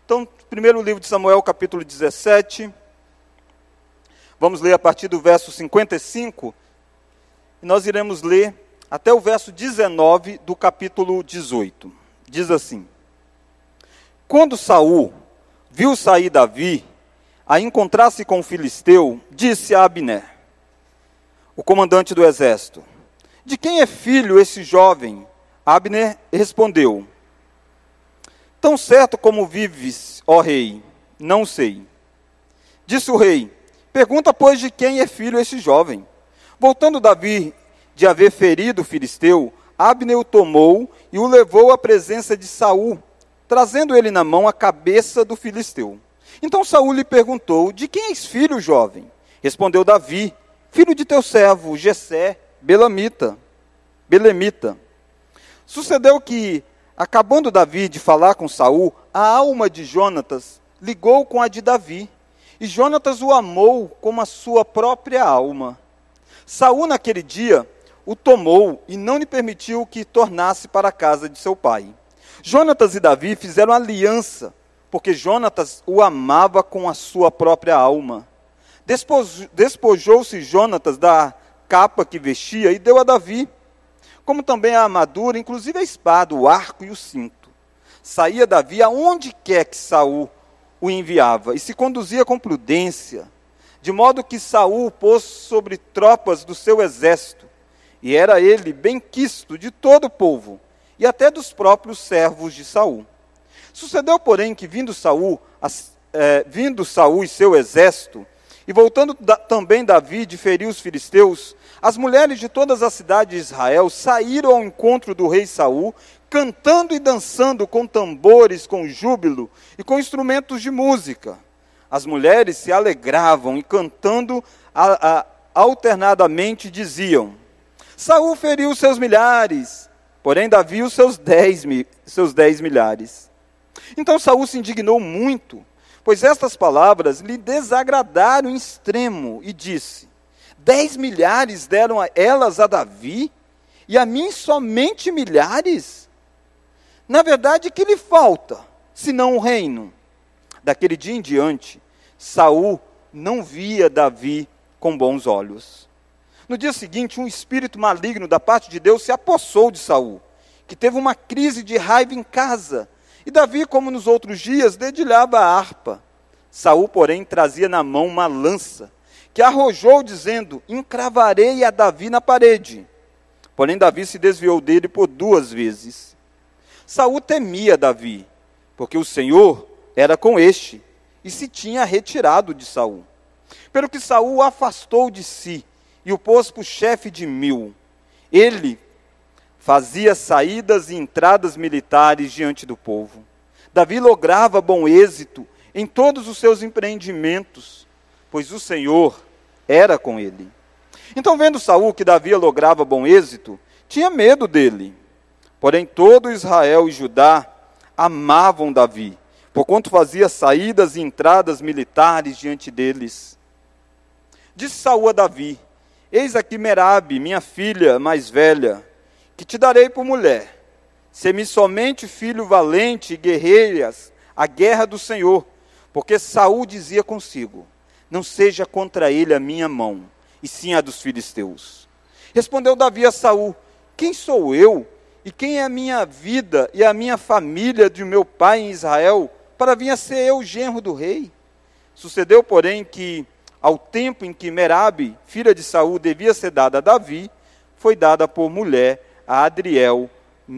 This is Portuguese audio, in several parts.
Então, primeiro livro de Samuel, capítulo 17. Vamos ler a partir do verso 55. E nós iremos ler até o verso 19 do capítulo 18. Diz assim: Quando Saul viu sair Davi, a encontrar-se com o filisteu, disse a Abner, o comandante do exército: De quem é filho esse jovem? Abner respondeu: Tão certo como vives, ó rei, não sei. Disse o rei: Pergunta, pois, de quem é filho esse jovem. Voltando Davi de haver ferido o filisteu, Abner o tomou e o levou à presença de Saul, trazendo ele na mão a cabeça do filisteu. Então Saul lhe perguntou: De quem és filho, jovem? Respondeu Davi: Filho de teu servo, Jessé, Belemita. Sucedeu que, acabando Davi de falar com Saul, a alma de Jonatas ligou com a de Davi, e Jonatas o amou como a sua própria alma. Saul, naquele dia, o tomou e não lhe permitiu que tornasse para a casa de seu pai. Jonatas e Davi fizeram aliança, porque Jonatas o amava com a sua própria alma. Despojou-se Jonatas da capa que vestia e deu a Davi, como também a armadura, inclusive a espada, o arco e o cinto. Saía Davi aonde quer que Saul o enviava, e se conduzia com prudência, de modo que Saul o pôs sobre tropas do seu exército, e era ele bem quisto de todo o povo, e até dos próprios servos de Saul. Sucedeu, porém, que vindo Saul e seu exército, e voltando também Davi de ferir os filisteus, as mulheres de todas as cidades de Israel saíram ao encontro do rei Saul, cantando e dançando com tambores, com júbilo e com instrumentos de música. As mulheres se alegravam e cantando alternadamente diziam: Saul feriu seus milhares, porém Davi os seus 10 milhares. Então Saul se indignou muito, pois estas palavras lhe desagradaram em extremo, e disse: 10 milhares deram elas a Davi, e a mim somente milhares? Na verdade, que lhe falta, senão o reino? Daquele dia em diante, Saul não via Davi com bons olhos. No dia seguinte, um espírito maligno da parte de Deus se apossou de Saul, que teve uma crise de raiva em casa, e Davi, como nos outros dias, dedilhava a harpa. Saul, porém, trazia na mão uma lança, que arrojou, dizendo: Encravarei a Davi na parede. Porém, Davi se desviou dele por 2 vezes. Saul temia Davi, porque o Senhor era com este, e se tinha retirado de Saul. Pelo que Saul o afastou de si, e o pôs por chefe de 1000. Ele fazia saídas e entradas militares diante do povo. Davi lograva bom êxito em todos os seus empreendimentos, pois o Senhor era com ele. Então, vendo Saul que Davi lograva bom êxito, tinha medo dele. Porém, todo Israel e Judá amavam Davi, porquanto fazia saídas e entradas militares diante deles. Disse Saul a Davi: Eis aqui Merabe, minha filha mais velha, que te darei por mulher. Sê-me somente filho valente e guerreiras a guerra do Senhor. Porque Saul dizia consigo: Não seja contra ele a minha mão, e sim a dos filisteus. Respondeu Davi a Saul: Quem sou eu, e quem é a minha vida e a minha família de meu pai em Israel, para vir a ser eu genro do rei? Sucedeu, porém, que, ao tempo em que Merabe, filha de Saul, devia ser dada a Davi, foi dada por mulher a Adriel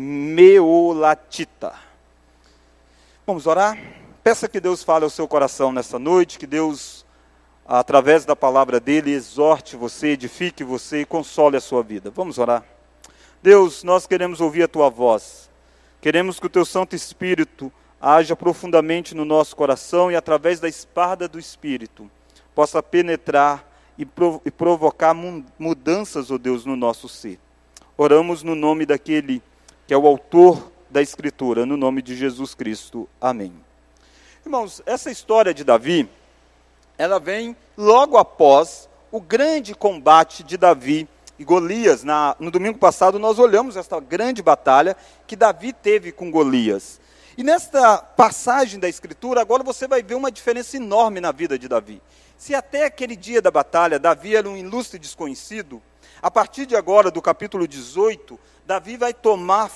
Meolatita. Vamos orar? Peça que Deus fale ao seu coração nessa noite, que Deus, através da palavra dele, exorte você, edifique você e console a sua vida. Vamos orar? Deus, nós queremos ouvir a tua voz. Queremos que o teu Santo Espírito haja profundamente no nosso coração e, através da espada do Espírito, possa penetrar e provocar mudanças, ó Deus, no nosso ser. Oramos no nome daquele que é o autor da Escritura, no nome de Jesus Cristo. Amém. Irmãos, essa história de Davi, ela vem logo após o grande combate de Davi e Golias. No domingo passado nós olhamos esta grande batalha que Davi teve com Golias. E nesta passagem da Escritura, agora você vai ver uma diferença enorme na vida de Davi. Se até aquele dia da batalha, Davi era um ilustre desconhecido, a partir de agora, do capítulo 18, Davi vai tomar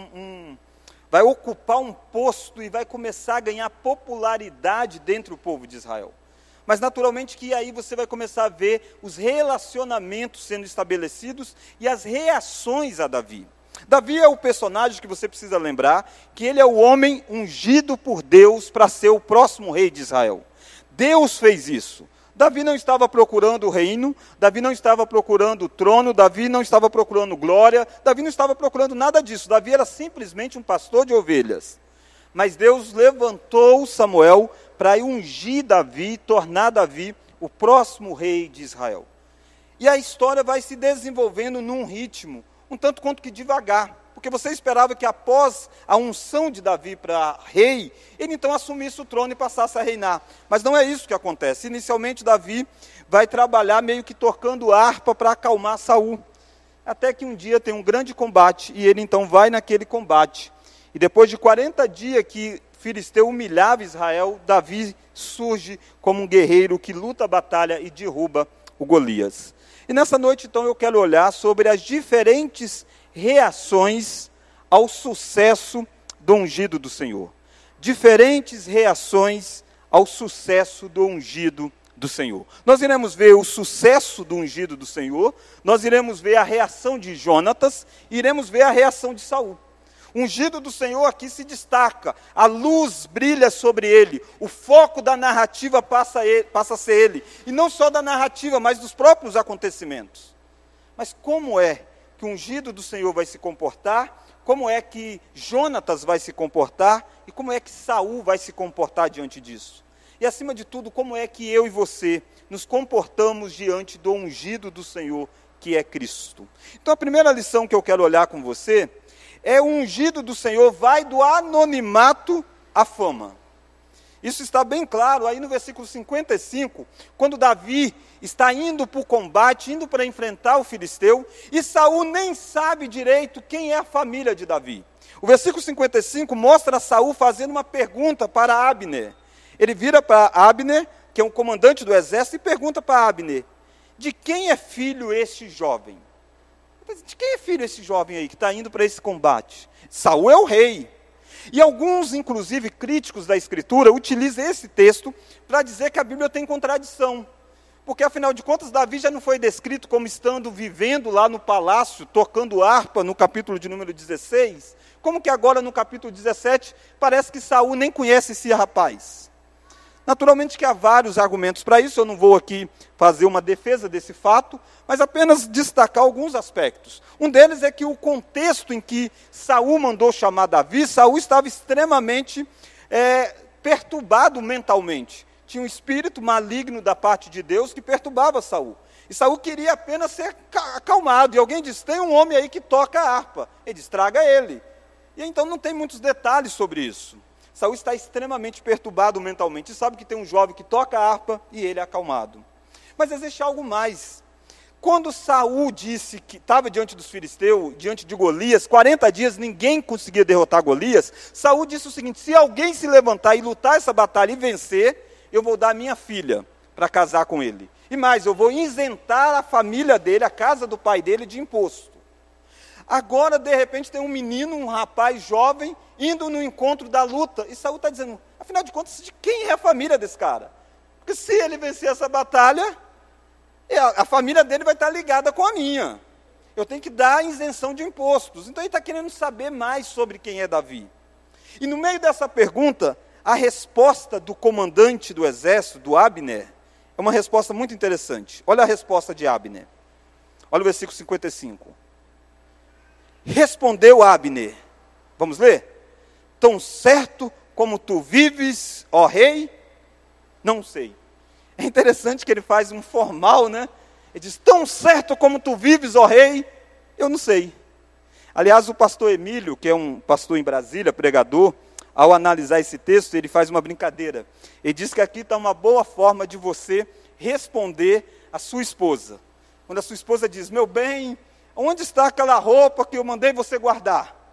vai ocupar um posto e vai começar a ganhar popularidade dentro do povo de Israel. Mas naturalmente que aí você vai começar a ver os relacionamentos sendo estabelecidos e as reações a Davi. Davi é o personagem que você precisa lembrar, que ele é o homem ungido por Deus para ser o próximo rei de Israel. Deus fez isso. Davi não estava procurando o reino, Davi não estava procurando o trono, Davi não estava procurando glória, Davi não estava procurando nada disso. Davi era simplesmente um pastor de ovelhas. Mas Deus levantou Samuel para ungir Davi, tornar Davi o próximo rei de Israel. E a história vai se desenvolvendo num ritmo um tanto quanto que devagar, porque você esperava que após a unção de Davi para rei, ele então assumisse o trono e passasse a reinar. Mas não é isso que acontece. Inicialmente Davi vai trabalhar meio que tocando harpa para acalmar Saul. Até que um dia tem um grande combate, e ele então vai naquele combate. E depois de 40 dias que Filisteu humilhava Israel, Davi surge como um guerreiro que luta a batalha e derruba o Golias. E nessa noite, então, eu quero olhar sobre as diferentes reações ao sucesso do ungido do Senhor. Diferentes reações ao sucesso do ungido do Senhor. Nós iremos ver o sucesso do ungido do Senhor, nós iremos ver a reação de Jonatas, e iremos ver a reação de Saul. O ungido do Senhor aqui se destaca, a luz brilha sobre ele, o foco da narrativa passa a ser ele, e não só da narrativa, mas dos próprios acontecimentos. Mas como é que o ungido do Senhor vai se comportar, como é que Jonatas vai se comportar, e como é que Saul vai se comportar diante disso? E acima de tudo, como é que eu e você nos comportamos diante do ungido do Senhor, que é Cristo? Então a primeira lição que eu quero olhar com você é: o ungido do Senhor vai do anonimato à fama. Isso está bem claro aí no versículo 55, quando Davi está indo para o combate, indo para enfrentar o filisteu, e Saul nem sabe direito quem é a família de Davi. O versículo 55 mostra Saul fazendo uma pergunta para Abner. Ele vira para Abner, que é um comandante do exército, e pergunta para Abner: de quem é filho este jovem? De quem é filho esse jovem aí que está indo para esse combate? Saul é o rei. E alguns, inclusive, críticos da Escritura, utilizam esse texto para dizer que a Bíblia tem contradição. Porque, afinal de contas, Davi já não foi descrito como estando vivendo lá no palácio, tocando harpa, no capítulo de número 16? Como que agora, no capítulo 17, parece que Saul nem conhece esse rapaz? Naturalmente que há vários argumentos para isso, eu não vou aqui fazer uma defesa desse fato, mas apenas destacar alguns aspectos. Um deles é que o contexto em que Saul mandou chamar Davi, Saul estava extremamente perturbado mentalmente. Tinha um espírito maligno da parte de Deus que perturbava Saul. E Saul queria apenas ser acalmado. E alguém disse: tem um homem aí que toca a harpa. Ele diz: traga ele. E então não tem muitos detalhes sobre isso. Saul está extremamente perturbado mentalmente. E sabe que tem um jovem que toca a harpa e ele é acalmado. Mas existe algo mais. Quando Saul disse que estava diante dos filisteus, diante de Golias, 40 dias ninguém conseguia derrotar Golias, Saul disse o seguinte: se alguém se levantar e lutar essa batalha e vencer, eu vou dar minha filha para casar com ele. E mais, eu vou isentar a família dele, a casa do pai dele, de imposto. Agora, de repente, tem um menino, um rapaz jovem, indo no encontro da luta. E Saul está dizendo: afinal de contas, de quem é a família desse cara? Porque se ele vencer essa batalha, a família dele vai estar ligada com a minha. Eu tenho que dar a isenção de impostos. Então ele está querendo saber mais sobre quem é Davi. E no meio dessa pergunta, a resposta do comandante do exército, do Abner, é uma resposta muito interessante. Olha a resposta de Abner. Olha o versículo 55. Respondeu Abner. Vamos ler? Tão certo como tu vives, ó rei, não sei. É interessante que ele faz um formal, né? Ele diz: tão certo como tu vives, ó rei, eu não sei. Aliás, o pastor Emílio, que é um pastor em Brasília, pregador, ao analisar esse texto, ele faz uma brincadeira. Ele diz que aqui está uma boa forma de você responder à sua esposa. Quando a sua esposa diz: meu bem, onde está aquela roupa que eu mandei você guardar?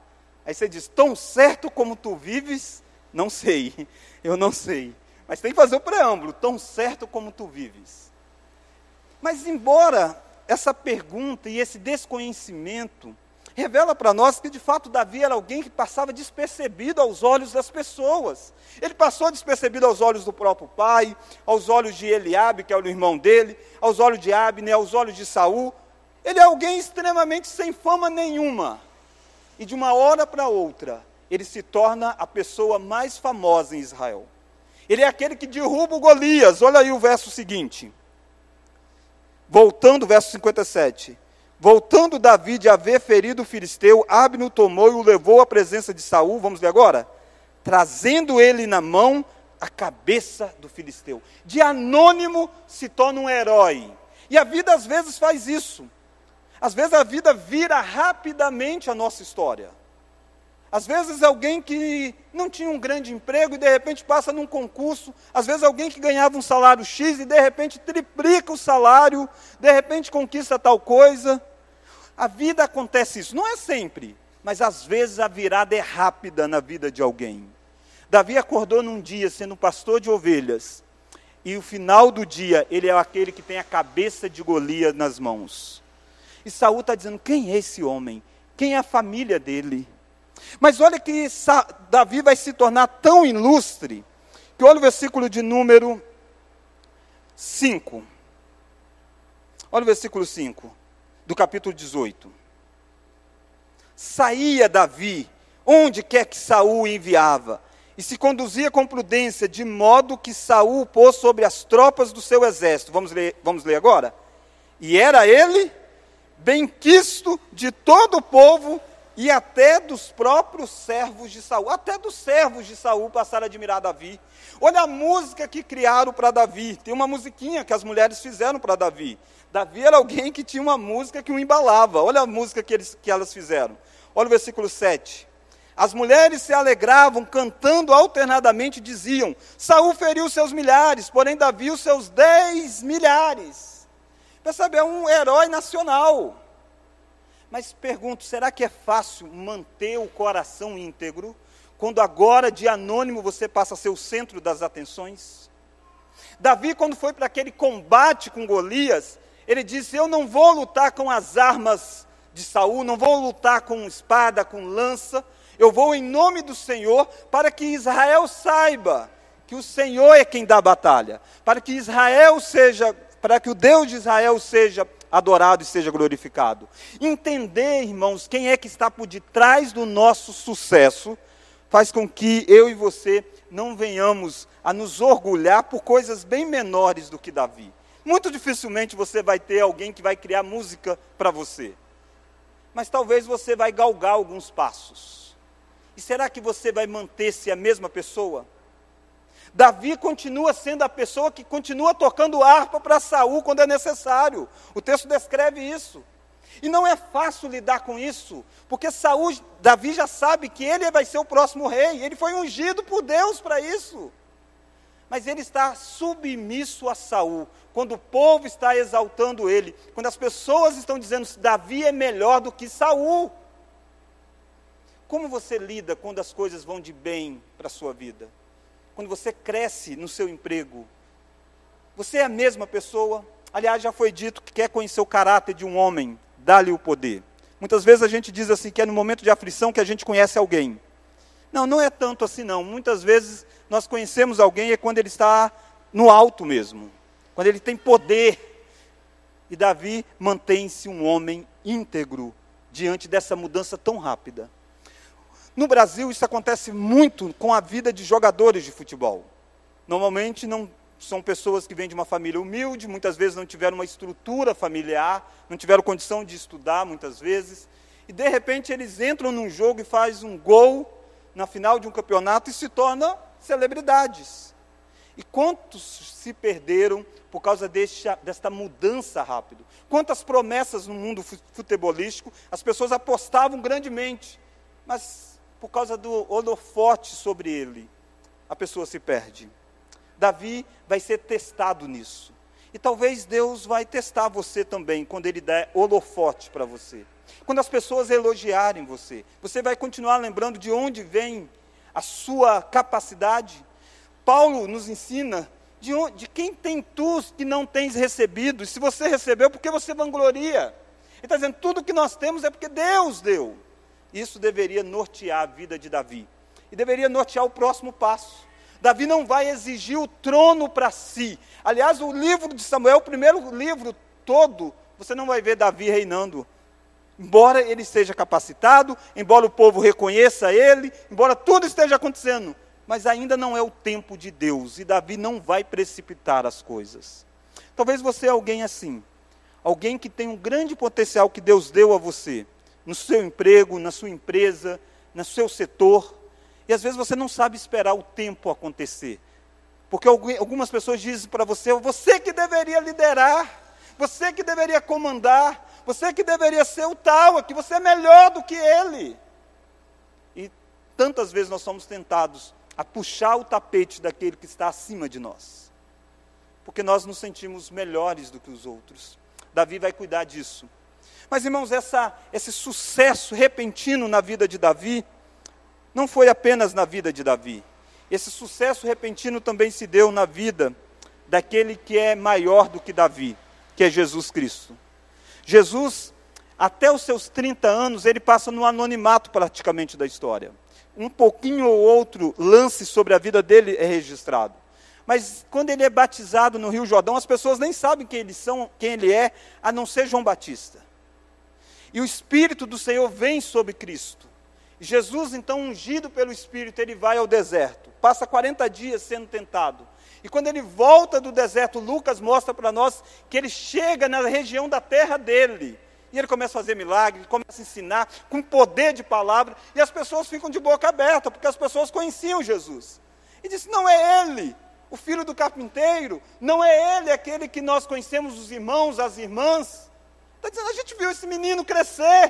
Aí você diz, tão certo como tu vives? Não sei, eu não sei. Mas tem que fazer o preâmbulo, tão certo como tu vives. Mas embora essa pergunta e esse desconhecimento revela para nós que de fato Davi era alguém que passava despercebido aos olhos das pessoas. Ele passou despercebido aos olhos do próprio pai, aos olhos de Eliabe, que é o irmão dele, aos olhos de Abner, aos olhos de Saul. Ele é alguém extremamente sem fama nenhuma. E de uma hora para outra, ele se torna a pessoa mais famosa em Israel. Ele é aquele que derruba o Golias. Olha aí o verso seguinte. Voltando, verso 57. Voltando Davi de haver ferido o filisteu, Abner o tomou e o levou à presença de Saul. Vamos ver agora? Trazendo ele na mão a cabeça do filisteu. De anônimo se torna um herói. E a vida às vezes faz isso. Às vezes a vida vira rapidamente a nossa história. Às vezes alguém que não tinha um grande emprego e de repente passa num concurso. Às vezes alguém que ganhava um salário X e de repente triplica o salário, de repente conquista tal coisa. A vida acontece isso, não é sempre, mas às vezes a virada é rápida na vida de alguém. Davi acordou num dia sendo pastor de ovelhas e o final do dia ele é aquele que tem a cabeça de Golias nas mãos. E Saul está dizendo, quem é esse homem? Quem é a família dele? Mas olha que Davi vai se tornar tão ilustre, que olha o versículo de número 5. Olha o versículo 5, do capítulo 18. Saía Davi, onde quer que Saul o enviava, e se conduzia com prudência, de modo que Saul o pôs sobre as tropas do seu exército. Vamos ler agora? E era ele benquisto de todo o povo, e até dos próprios servos de Saul. Até dos servos de Saul passaram a admirar Davi. Olha a música que criaram para Davi. Tem uma musiquinha que as mulheres fizeram para Davi. Davi era alguém que tinha uma música que o embalava. Olha a música que elas fizeram. Olha o versículo 7. As mulheres se alegravam, cantando alternadamente, diziam, Saul feriu seus milhares, porém Davi os seus 10 milhares. Percebe, é um herói nacional. Mas pergunto, será que é fácil manter o coração íntegro, quando agora de anônimo você passa a ser o centro das atenções? Davi, quando foi para aquele combate com Golias, ele disse, eu não vou lutar com as armas de Saul, não vou lutar com espada, com lança, eu vou em nome do Senhor, para que Israel saiba que o Senhor é quem dá a batalha, para que o Deus de Israel seja adorado e seja glorificado. Entender, irmãos, quem é que está por detrás do nosso sucesso, faz com que eu e você não venhamos a nos orgulhar por coisas bem menores do que Davi. Muito dificilmente você vai ter alguém que vai criar música para você. Mas talvez você vai galgar alguns passos. E será que você vai manter-se a mesma pessoa? Davi continua sendo a pessoa que continua tocando harpa para Saul quando é necessário. O texto descreve isso. E não é fácil lidar com isso, porque Davi já sabe que ele vai ser o próximo rei. Ele foi ungido por Deus para isso. Mas ele está submisso a Saul, quando o povo está exaltando ele, quando as pessoas estão dizendo que Davi é melhor do que Saul. Como você lida quando as coisas vão de bem para a sua vida? Quando você cresce no seu emprego, você é a mesma pessoa? Aliás, já foi dito que quer conhecer o caráter de um homem, dá-lhe o poder. Muitas vezes a gente diz assim, que é no momento de aflição que a gente conhece alguém. Não, não é tanto assim não. Muitas vezes nós conhecemos alguém é quando ele está no alto mesmo, quando ele tem poder. E Davi mantém-se um homem íntegro diante dessa mudança tão rápida. No Brasil, isso acontece muito com a vida de jogadores de futebol. Normalmente, não são pessoas que vêm de uma família humilde, muitas vezes não tiveram uma estrutura familiar, não tiveram condição de estudar, muitas vezes, e de repente eles entram num jogo e fazem um gol na final de um campeonato e se tornam celebridades. E quantos se perderam por causa desta mudança rápida? Quantas promessas no mundo futebolístico as pessoas apostavam grandemente, mas por causa do holofote sobre ele, a pessoa se perde. Davi vai ser testado nisso. E talvez Deus vai testar você também, quando Ele der holofote para você. Quando as pessoas elogiarem você, você vai continuar lembrando de onde vem a sua capacidade. Paulo nos ensina de quem tem tu que não tens recebido. E se você recebeu, por que você vangloria? Ele está dizendo, tudo que nós temos é porque Deus deu. Isso deveria nortear a vida de Davi. E deveria nortear o próximo passo. Davi não vai exigir o trono para si. Aliás, o livro de Samuel, o primeiro livro todo, você não vai ver Davi reinando. Embora ele seja capacitado, embora o povo reconheça ele, embora tudo esteja acontecendo, mas ainda não é o tempo de Deus, e Davi não vai precipitar as coisas. Talvez você é alguém assim, alguém que tem um grande potencial que Deus deu a você, no seu emprego, na sua empresa, no seu setor, e às vezes você não sabe esperar o tempo acontecer, porque algumas pessoas dizem para você, você que deveria liderar, você que deveria comandar, você que deveria ser o tal, que você é melhor do que ele. E tantas vezes nós somos tentados a puxar o tapete daquele que está acima de nós, porque nós nos sentimos melhores do que os outros. Davi vai cuidar disso. Mas, irmãos, esse sucesso repentino na vida de Davi, não foi apenas na vida de Davi. Esse sucesso repentino também se deu na vida daquele que é maior do que Davi, que é Jesus Cristo. Jesus, até os seus 30 anos, ele passa no anonimato praticamente da história. Um pouquinho ou outro lance sobre a vida dele é registrado. Mas quando ele é batizado no Rio Jordão, as pessoas nem sabem quem ele é, a não ser João Batista. E o Espírito do Senhor vem sobre Cristo. Jesus, então, ungido pelo Espírito, ele vai ao deserto. Passa 40 dias sendo tentado. E quando ele volta do deserto, Lucas mostra para nós que ele chega na região da terra dele. E ele começa a fazer milagres, começa a ensinar com poder de palavra. E as pessoas ficam de boca aberta, porque as pessoas conheciam Jesus. E disse, não é ele, o filho do carpinteiro, não é ele aquele que nós conhecemos, os irmãos, as irmãs. Está dizendo, a gente viu esse menino crescer.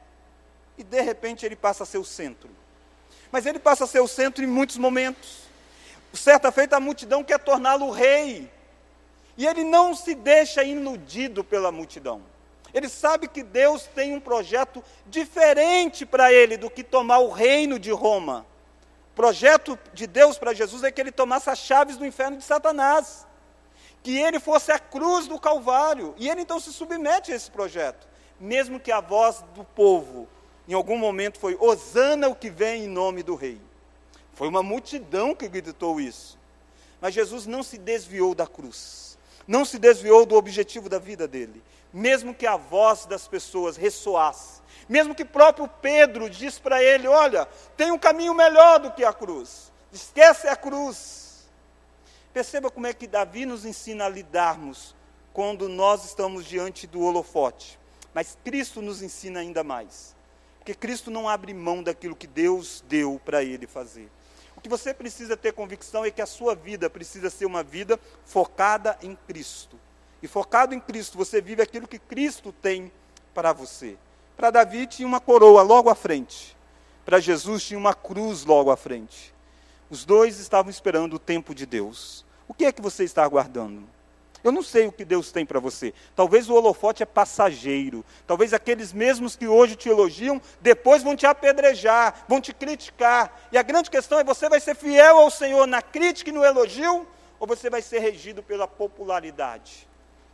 E de repente ele passa a ser o centro. Mas ele passa a ser o centro em muitos momentos. Certa feita a multidão quer torná-lo rei. E ele não se deixa iludido pela multidão. Ele sabe que Deus tem um projeto diferente para ele do que tomar o reino de Roma. O projeto de Deus para Jesus é que ele tomasse as chaves do inferno de Satanás. Que ele fosse a cruz do Calvário. E ele então se submete a esse projeto. Mesmo que a voz do povo, em algum momento, foi, Hosana o que vem em nome do rei. Foi uma multidão que gritou isso. Mas Jesus não se desviou da cruz. Não se desviou do objetivo da vida dele. Mesmo que a voz das pessoas ressoasse. Mesmo que próprio Pedro disse para ele, olha, tem um caminho melhor do que a cruz. Esquece a cruz. Perceba como é que Davi nos ensina a lidarmos quando nós estamos diante do holofote. Mas Cristo nos ensina ainda mais. Porque Cristo não abre mão daquilo que Deus deu para ele fazer. O que você precisa ter convicção é que a sua vida precisa ser uma vida focada em Cristo. E focado em Cristo, você vive aquilo que Cristo tem para você. Para Davi tinha uma coroa logo à frente. Para Jesus tinha uma cruz logo à frente. Os dois estavam esperando o tempo de Deus. O que é que você está aguardando? Eu não sei o que Deus tem para você. Talvez o holofote é passageiro. Talvez aqueles mesmos que hoje te elogiam, depois vão te apedrejar, vão te criticar. E a grande questão é, você vai ser fiel ao Senhor na crítica e no elogio, ou você vai ser regido pela popularidade?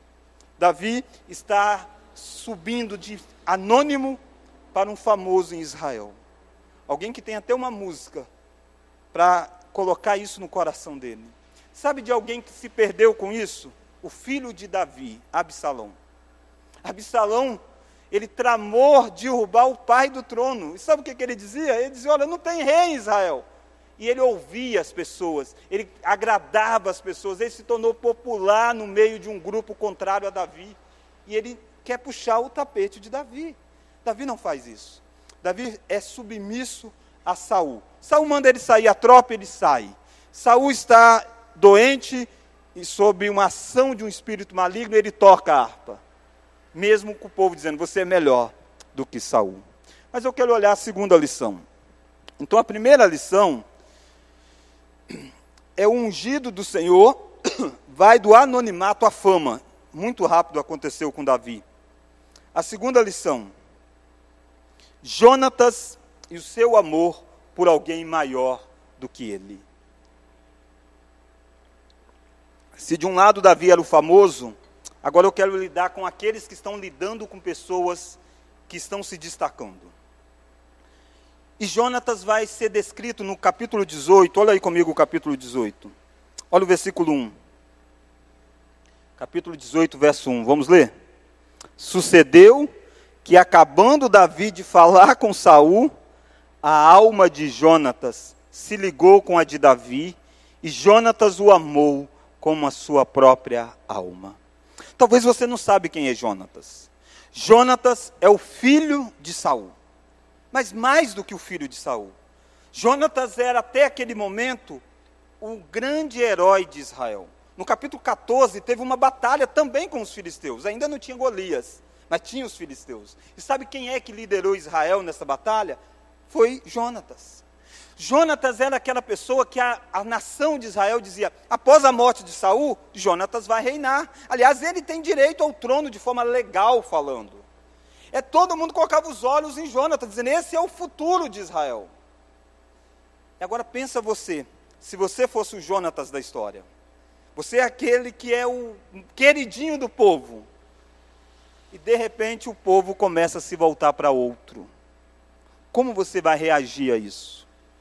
Davi está subindo de anônimo para um famoso em Israel. Alguém que tem até uma música para colocar isso no coração dele. Sabe de alguém que se perdeu com isso? O filho de Davi, Absalão. Absalão, ele tramou derrubar o pai do trono. E sabe o que ele dizia? Ele dizia, olha, não tem rei em Israel. E ele ouvia as pessoas, ele agradava as pessoas, ele se tornou popular no meio de um grupo contrário a Davi. E ele quer puxar o tapete de Davi. Davi não faz isso. Davi é submisso a Saul. Saul manda ele sair, a tropa ele sai. Saul está doente e sob uma ação de um espírito maligno, ele toca a harpa. Mesmo com o povo dizendo, você é melhor do que Saul. Mas eu quero olhar a segunda lição. Então a primeira lição é o ungido do Senhor, vai do anonimato à fama. Muito rápido aconteceu com Davi. A segunda lição, Jonatas e o seu amor por alguém maior do que ele. Se de um lado Davi era o famoso, agora eu quero lidar com aqueles que estão lidando com pessoas que estão se destacando. E Jonatas vai ser descrito no capítulo 18, olha aí comigo o capítulo 18. Olha o versículo 1. Capítulo 18, verso 1, vamos ler? Sucedeu que, acabando Davi de falar com Saul, a alma de Jonatas se ligou com a de Davi, e Jonatas o amou como a sua própria alma. Talvez você não sabe quem é Jonatas. Jonatas é o filho de Saul. Mas mais do que o filho de Saul. Jonatas era até aquele momento o grande herói de Israel. No capítulo 14 teve uma batalha também com os filisteus. Ainda não tinha Golias, mas tinha os filisteus. E sabe quem é que liderou Israel nessa batalha? Foi Jonatas. Jonatas era aquela pessoa que a nação de Israel dizia: após a morte de Saul, Jonatas vai reinar. Aliás, ele tem direito ao trono de forma legal falando. Todo mundo colocava os olhos em Jonatas, dizendo: esse é o futuro de Israel. E agora pensa você, se você fosse o Jonatas da história. Você é aquele que é o queridinho do povo. E de repente o povo começa a se voltar para outro. Como você vai reagir a isso?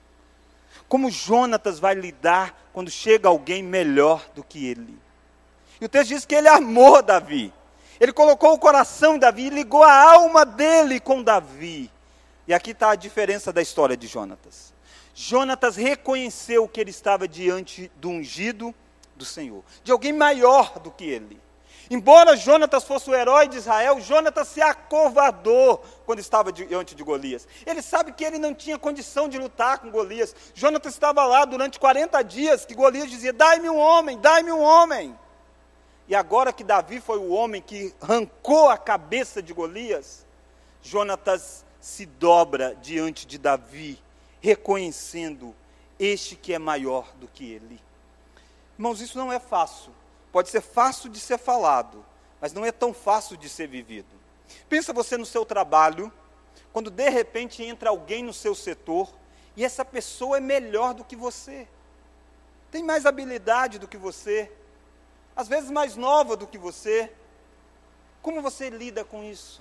Como Jonatas vai lidar quando chega alguém melhor do que ele? E o texto diz que ele amou Davi. Ele colocou o coração em Davi e ligou a alma dele com Davi. E aqui está a diferença da história de Jonatas. Jonatas reconheceu que ele estava diante do ungido do Senhor, de alguém maior do que ele. Embora Jonatas fosse o herói de Israel, Jonatas se acovardou quando estava diante de Golias. Ele sabe que ele não tinha condição de lutar com Golias. Jonatas estava lá durante 40 dias, que Golias dizia: dai-me um homem, dai-me um homem. E agora que Davi foi o homem que arrancou a cabeça de Golias, Jonatas se dobra diante de Davi, reconhecendo este que é maior do que ele. Irmãos, isso não é fácil. Pode ser fácil de ser falado, mas não é tão fácil de ser vivido. Pensa você no seu trabalho, quando de repente entra alguém no seu setor, e essa pessoa é melhor do que você, tem mais habilidade do que você, às vezes mais nova do que você. Como você lida com isso?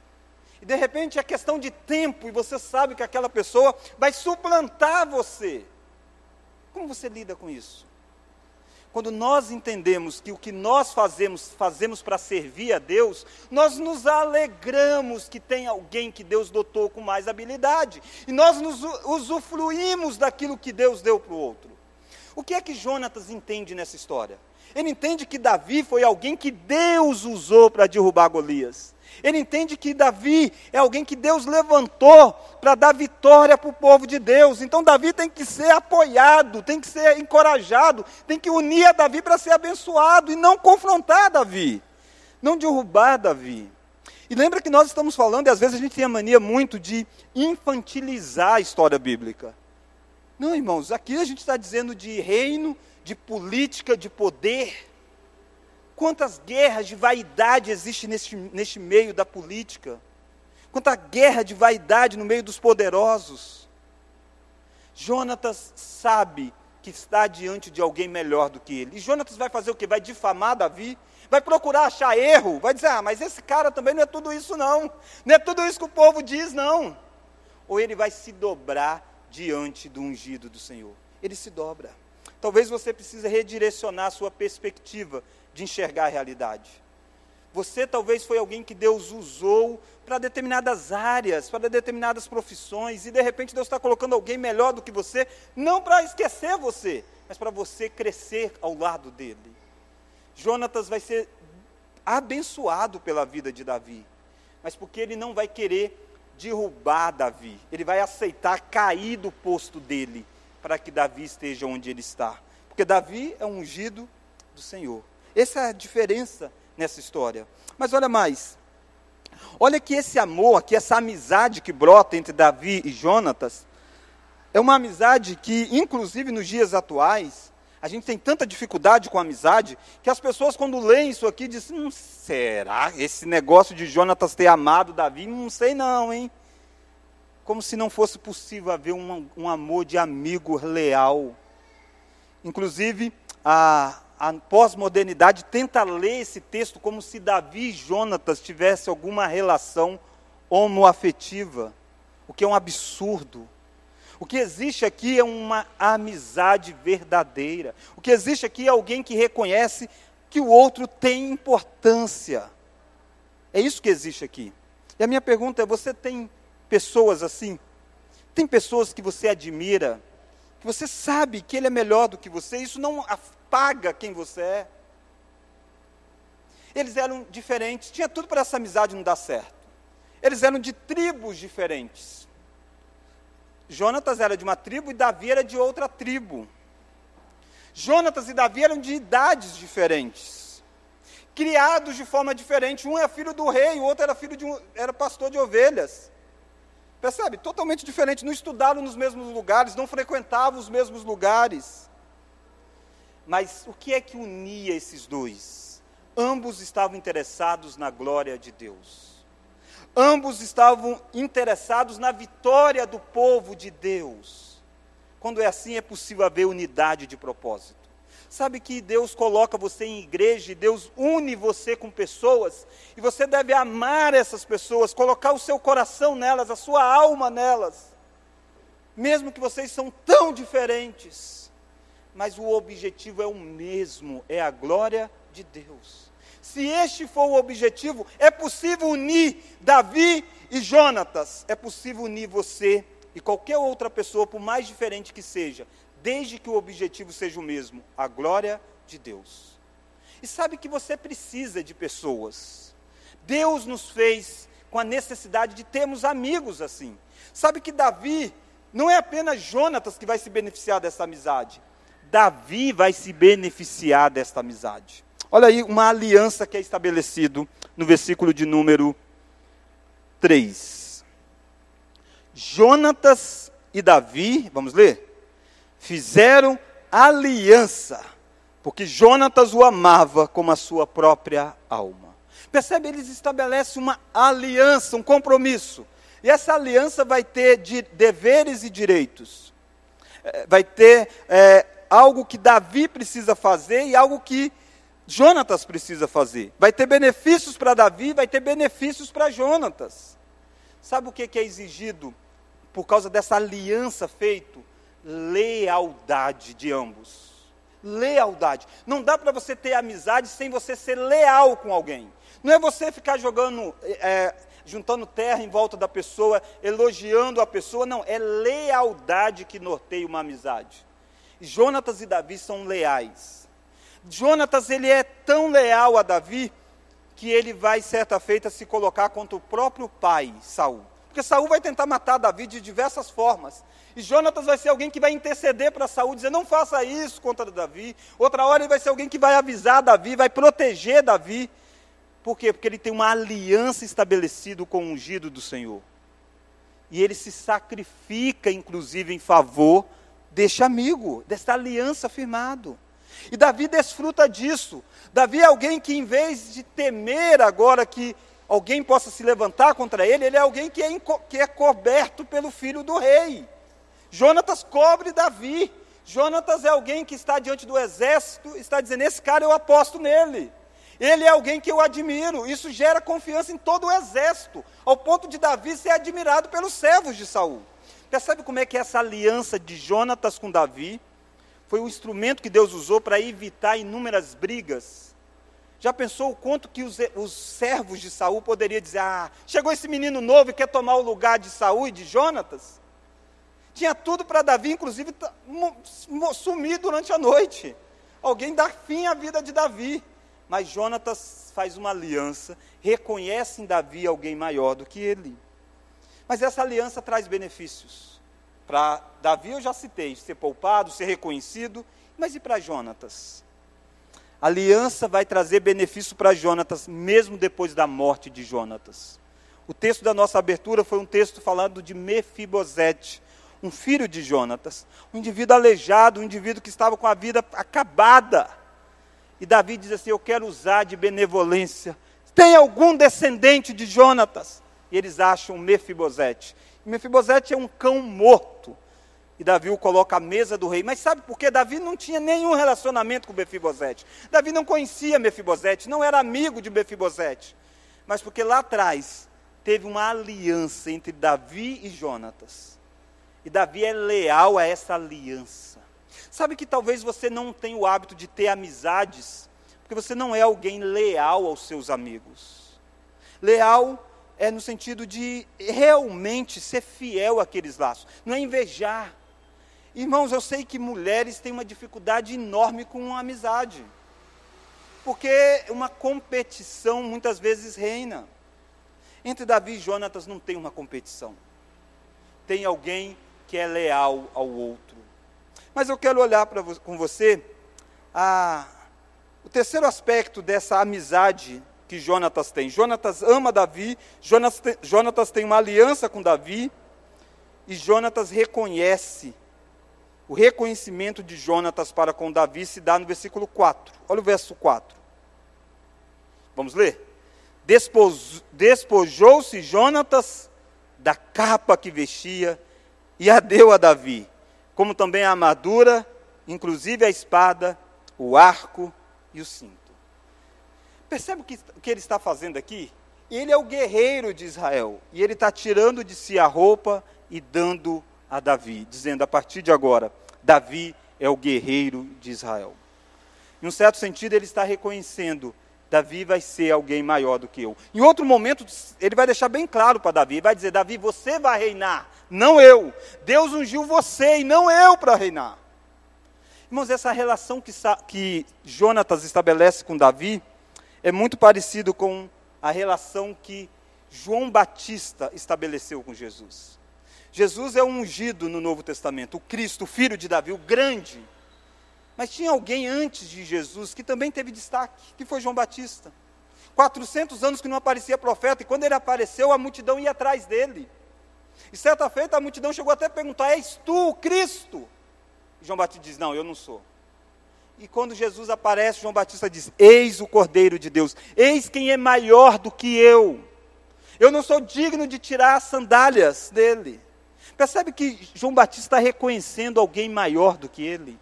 E de repente é questão de tempo, e você sabe que aquela pessoa vai suplantar você. Como você lida com isso? Quando nós entendemos que o que nós fazemos para servir a Deus, nós nos alegramos que tem alguém que Deus dotou com mais habilidade. E nós nos usufruímos daquilo que Deus deu para o outro. O que é que Jonatas entende nessa história? Ele entende que Davi foi alguém que Deus usou para derrubar Golias. Ele entende que Davi é alguém que Deus levantou para dar vitória para o povo de Deus. Então Davi tem que ser apoiado, tem que ser encorajado, tem que unir a Davi para ser abençoado e não confrontar Davi, não derrubar Davi. E lembra que nós estamos falando, e às vezes a gente tem a mania muito de infantilizar a história bíblica. Não, irmãos, aqui a gente está dizendo de reino, de política, de poder. Quantas guerras de vaidade existem neste meio da política? Quanta guerra de vaidade no meio dos poderosos? Jonatas sabe que está diante de alguém melhor do que ele. E Jonatas vai fazer o quê? Vai difamar Davi? Vai procurar achar erro? Vai dizer: mas esse cara também não é tudo isso não. Não é tudo isso que o povo diz não. Ou ele vai se dobrar diante do ungido do Senhor. Ele se dobra. Talvez você precise redirecionar a sua perspectiva de enxergar a realidade. Você talvez foi alguém que Deus usou para determinadas áreas, para determinadas profissões, e de repente Deus está colocando alguém melhor do que você, não para esquecer você, mas para você crescer ao lado dele. Jonatas vai ser abençoado pela vida de Davi, mas porque ele não vai querer derrubar Davi, ele vai aceitar cair do posto dele, para que Davi esteja onde ele está, porque Davi é um ungido do Senhor. Essa é a diferença nessa história. Mas olha mais, olha que esse amor, que essa amizade que brota entre Davi e Jonatas, é uma amizade que, inclusive nos dias atuais, a gente tem tanta dificuldade com a amizade, que as pessoas quando leem isso aqui, dizem: será esse negócio de Jonatas ter amado Davi? Não sei não, hein? como se não fosse possível haver um amor de amigo leal. Inclusive, a pós-modernidade tenta ler esse texto como se Davi e Jonatas tivessem alguma relação homoafetiva, o que é um absurdo. O que existe aqui é uma amizade verdadeira. O que existe aqui é alguém que reconhece que o outro tem importância. É isso que existe aqui. E a minha pergunta é, você tem pessoas assim? Tem pessoas que você admira, que você sabe que ele é melhor do que você, isso não apaga quem você é? Eles eram diferentes, tinha tudo para essa amizade não dar certo. Eles eram de tribos diferentes. Jonatas era de uma tribo e Davi era de outra tribo. Jonatas e Davi eram de idades diferentes, criados de forma diferente. Um é filho do rei, o outro era pastor de ovelhas. Percebe? Totalmente diferente. Não estudaram nos mesmos lugares, não frequentavam os mesmos lugares. Mas o que é que unia esses dois? Ambos estavam interessados na glória de Deus. Ambos estavam interessados na vitória do povo de Deus. Quando é assim, é possível haver unidade de propósito. Sabe que Deus coloca você em igreja, e Deus une você com pessoas, e você deve amar essas pessoas, colocar o seu coração nelas, a sua alma nelas, mesmo que vocês são tão diferentes, mas o objetivo é o mesmo, é a glória de Deus. Se este for o objetivo, é possível unir Davi e Jonatas, é possível unir você e qualquer outra pessoa, por mais diferente que seja, desde que o objetivo seja o mesmo, a glória de Deus. E sabe que você precisa de pessoas. Deus nos fez com a necessidade de termos amigos assim. Sabe que Davi, não é apenas Jonatas que vai se beneficiar dessa amizade. Davi vai se beneficiar desta amizade. Olha aí uma aliança que é estabelecido no versículo de número 3. Jonatas e Davi, vamos ler? Fizeram aliança, porque Jonatas o amava como a sua própria alma. Percebe? Eles estabelecem uma aliança, um compromisso. E essa aliança vai ter deveres e direitos. Vai ter algo que Davi precisa fazer e algo que Jonatas precisa fazer. Vai ter benefícios para Davi, vai ter benefícios para Jonatas. Sabe o que é exigido por causa dessa aliança feita? Lealdade de ambos. Lealdade. Não dá para você ter amizade sem você ser leal com alguém. Não é você ficar juntando terra em volta da pessoa, elogiando a pessoa, não. É lealdade que norteia uma amizade. E Jonatas e Davi são leais. Jonatas, ele é tão leal a Davi, que ele vai, certa feita, se colocar contra o próprio pai, Saul. Porque Saul vai tentar matar Davi de diversas formas. E Jonatas vai ser alguém que vai interceder para Saul, dizer, não faça isso contra Davi. Outra hora ele vai ser alguém que vai avisar Davi, vai proteger Davi. Por quê? Porque ele tem uma aliança estabelecida com o ungido do Senhor. E ele se sacrifica, inclusive, em favor deste amigo, desta aliança firmado. E Davi desfruta disso. Davi é alguém que, em vez de temer agora que alguém possa se levantar contra ele, ele é alguém que é coberto pelo filho do rei. Jonatas cobre Davi. Jonatas é alguém que está diante do exército, está dizendo, esse cara eu aposto nele. Ele é alguém que eu admiro. Isso gera confiança em todo o exército, ao ponto de Davi ser admirado pelos servos de Saul. Percebe como é que essa aliança de Jonatas com Davi foi o instrumento que Deus usou para evitar inúmeras brigas? Já pensou o quanto que os servos de Saul poderiam dizer, chegou esse menino novo e quer tomar o lugar de Saul e de Jonatas? Tinha tudo para Davi, inclusive, sumir durante a noite. Alguém dá fim à vida de Davi. Mas Jonatas faz uma aliança, reconhece em Davi alguém maior do que ele. Mas essa aliança traz benefícios. Para Davi eu já citei, ser poupado, ser reconhecido, mas e para Jonatas? A aliança vai trazer benefício para Jonatas, mesmo depois da morte de Jonatas. O texto da nossa abertura foi um texto falando de Mefibosete, um filho de Jonatas, um indivíduo aleijado, um indivíduo que estava com a vida acabada. E Davi diz assim, eu quero usar de benevolência. Tem algum descendente de Jonatas? E eles acham Mefibosete. Mefibosete é um cão morto. E Davi o coloca à mesa do rei. Mas sabe por quê? Davi não tinha nenhum relacionamento com Mefibosete. Davi não conhecia Mefibosete, não era amigo de Mefibosete. Mas porque lá atrás teve uma aliança entre Davi e Jonatas. E Davi é leal a essa aliança. Sabe que talvez você não tenha o hábito de ter amizades, porque você não é alguém leal aos seus amigos. Leal é no sentido de realmente ser fiel àqueles laços, não é invejar. Irmãos, eu sei que mulheres têm uma dificuldade enorme com a amizade, porque uma competição muitas vezes reina. Entre Davi e Jonatas não tem uma competição, tem alguém que é leal ao outro. Mas eu quero olhar com você o terceiro aspecto dessa amizade que Jonatas tem. Jonatas ama Davi, Jonatas tem uma aliança com Davi, e Jonatas reconhece. O reconhecimento de Jonatas para com Davi se dá no versículo 4. Olha o verso 4. Vamos ler? Despojou-se Jonatas da capa que vestia e a deu a Davi, como também a armadura, inclusive a espada, o arco e o cinto. Percebe o que ele está fazendo aqui? Ele é o guerreiro de Israel, e ele está tirando de si a roupa e dando a Davi, dizendo, a partir de agora, Davi é o guerreiro de Israel. Em um certo sentido, ele está reconhecendo, Davi vai ser alguém maior do que eu. Em outro momento, ele vai deixar bem claro para Davi, vai dizer, Davi, você vai reinar, não eu. Deus ungiu você e não eu para reinar. Irmãos, essa relação que Jonatas estabelece com Davi é muito parecido com a relação que João Batista estabeleceu com Jesus. Jesus é o ungido no Novo Testamento, o Cristo, o filho de Davi, o grande. Mas tinha alguém antes de Jesus que também teve destaque, que foi João Batista. 400 anos que não aparecia profeta, e quando ele apareceu, a multidão ia atrás dele. E certa feita a multidão chegou até a perguntar, és tu o Cristo? E João Batista diz, não, eu não sou. E quando Jesus aparece, João Batista diz, eis o Cordeiro de Deus, eis quem é maior do que eu. Eu não sou digno de tirar as sandálias dele. Percebe que João Batista está reconhecendo alguém maior do que ele?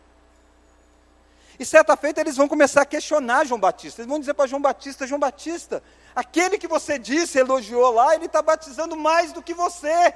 E certa feita eles vão começar a questionar João Batista. Eles vão dizer para João Batista, aquele que você disse, elogiou lá, ele está batizando mais do que você.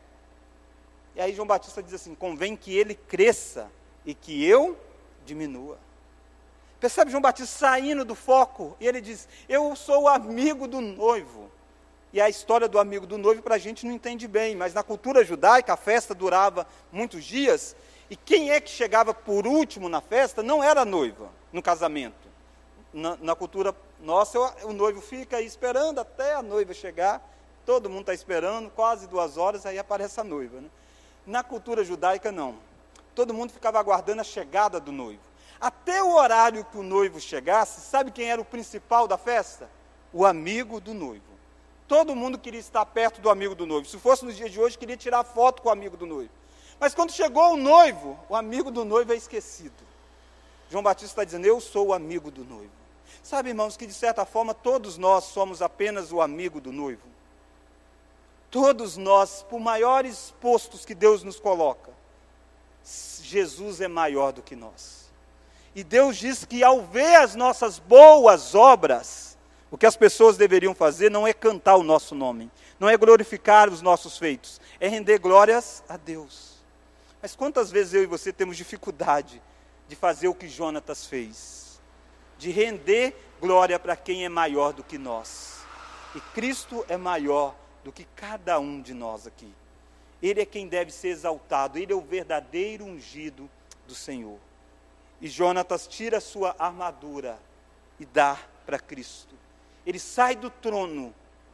E aí João Batista diz assim, convém que ele cresça e que eu diminua. Percebe João Batista saindo do foco? E ele diz, eu sou o amigo do noivo. E a história do amigo do noivo para a gente não entende bem, mas na cultura judaica a festa durava muitos dias, e quem é que chegava por último na festa não era a noiva, no casamento. Na cultura nossa, o noivo fica aí esperando até a noiva chegar, todo mundo está esperando, quase 2 horas, aí aparece a noiva. Né? Na cultura judaica não, todo mundo ficava aguardando a chegada do noivo. Até o horário que o noivo chegasse, sabe quem era o principal da festa? O amigo do noivo. Todo mundo queria estar perto do amigo do noivo. Se fosse nos dias de hoje, queria tirar foto com o amigo do noivo. Mas quando chegou o noivo, o amigo do noivo é esquecido. João Batista está dizendo, eu sou o amigo do noivo. Sabe, irmãos, que de certa forma todos nós somos apenas o amigo do noivo. Todos nós, por maiores postos que Deus nos coloca, Jesus é maior do que nós. E Deus diz que ao ver as nossas boas obras, o que as pessoas deveriam fazer não é cantar o nosso nome, não é glorificar os nossos feitos, é render glórias a Deus. Mas quantas vezes eu e você temos dificuldade de fazer o que Jonatas fez? De render glória para quem é maior do que nós. E Cristo é maior do que cada um de nós aqui. Ele é quem deve ser exaltado, ele é o verdadeiro ungido do Senhor. E Jonatas tira a sua armadura e dá para Cristo. Ele sai do trono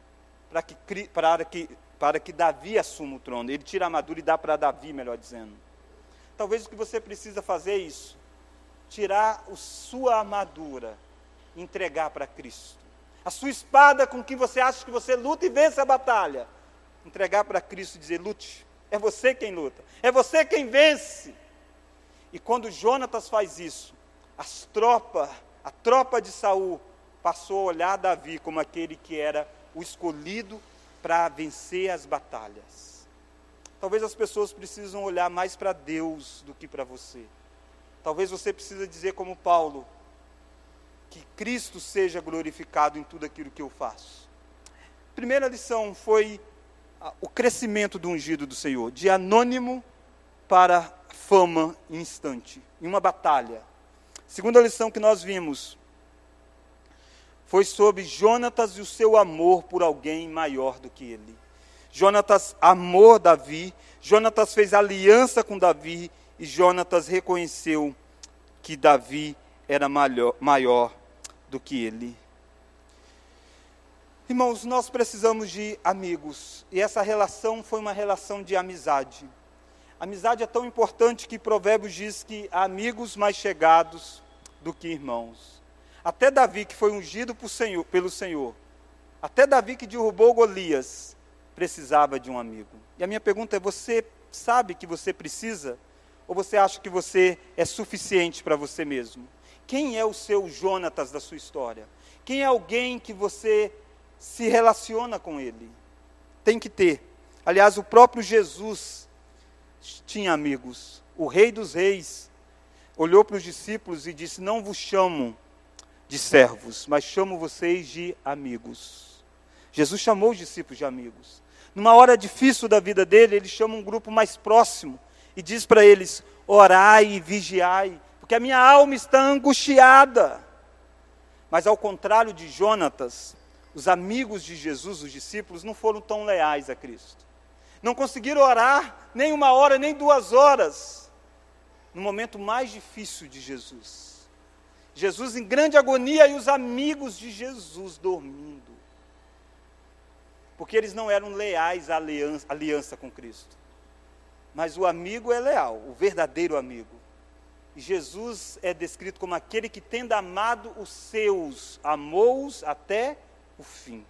para que Davi assuma o trono. Ele tira a armadura e dá para Davi, melhor dizendo. Talvez o que você precisa fazer é isso. Tirar a sua armadura e entregar para Cristo. A sua espada com que você acha que você luta e vence a batalha. Entregar para Cristo e dizer, lute. É você quem luta. É você quem vence. E quando Jonatas faz isso, a tropa de Saul passou a olhar Davi como aquele que era o escolhido para vencer as batalhas. Talvez as pessoas precisam olhar mais para Deus do que para você. Talvez você precise dizer como Paulo, que Cristo seja glorificado em tudo aquilo que eu faço. Primeira lição foi o crescimento do ungido do Senhor, de anônimo para fama em instante, em uma batalha. Segunda lição que nós vimos foi sobre Jonatas e o seu amor por alguém maior do que ele. Jonatas amou Davi, Jonatas fez aliança com Davi e Jonatas reconheceu que Davi era maior do que ele. Irmãos, nós precisamos de amigos, e essa relação foi uma relação de amizade. Amizade é tão importante que Provérbios diz que há amigos mais chegados do que irmãos. Até Davi, que foi ungido pelo Senhor, até Davi que derrubou Golias, precisava de um amigo. E a minha pergunta é, você sabe que você precisa? Ou você acha que você é suficiente para você mesmo? Quem é o seu Jonatas da sua história? Quem é alguém que você se relaciona com ele? Tem que ter. Aliás, o próprio Jesus tinha amigos. O Rei dos Reis olhou para os discípulos e disse, não vos chamo de servos, mas chamo vocês de amigos. Jesus chamou os discípulos de amigos. Numa hora difícil da vida dele, ele chama um grupo mais próximo e diz para eles, orai e vigiai, porque a minha alma está angustiada. Mas ao contrário de Jonatas, os amigos de Jesus, os discípulos, não foram tão leais a Cristo. Não conseguiram orar nem 1 hora, nem 2 horas, no momento mais difícil de Jesus. Jesus em grande agonia e os amigos de Jesus dormindo. Porque eles não eram leais à aliança com Cristo. Mas o amigo é leal, o verdadeiro amigo. E Jesus é descrito como aquele que, tendo amado os seus, amou-os até o fim.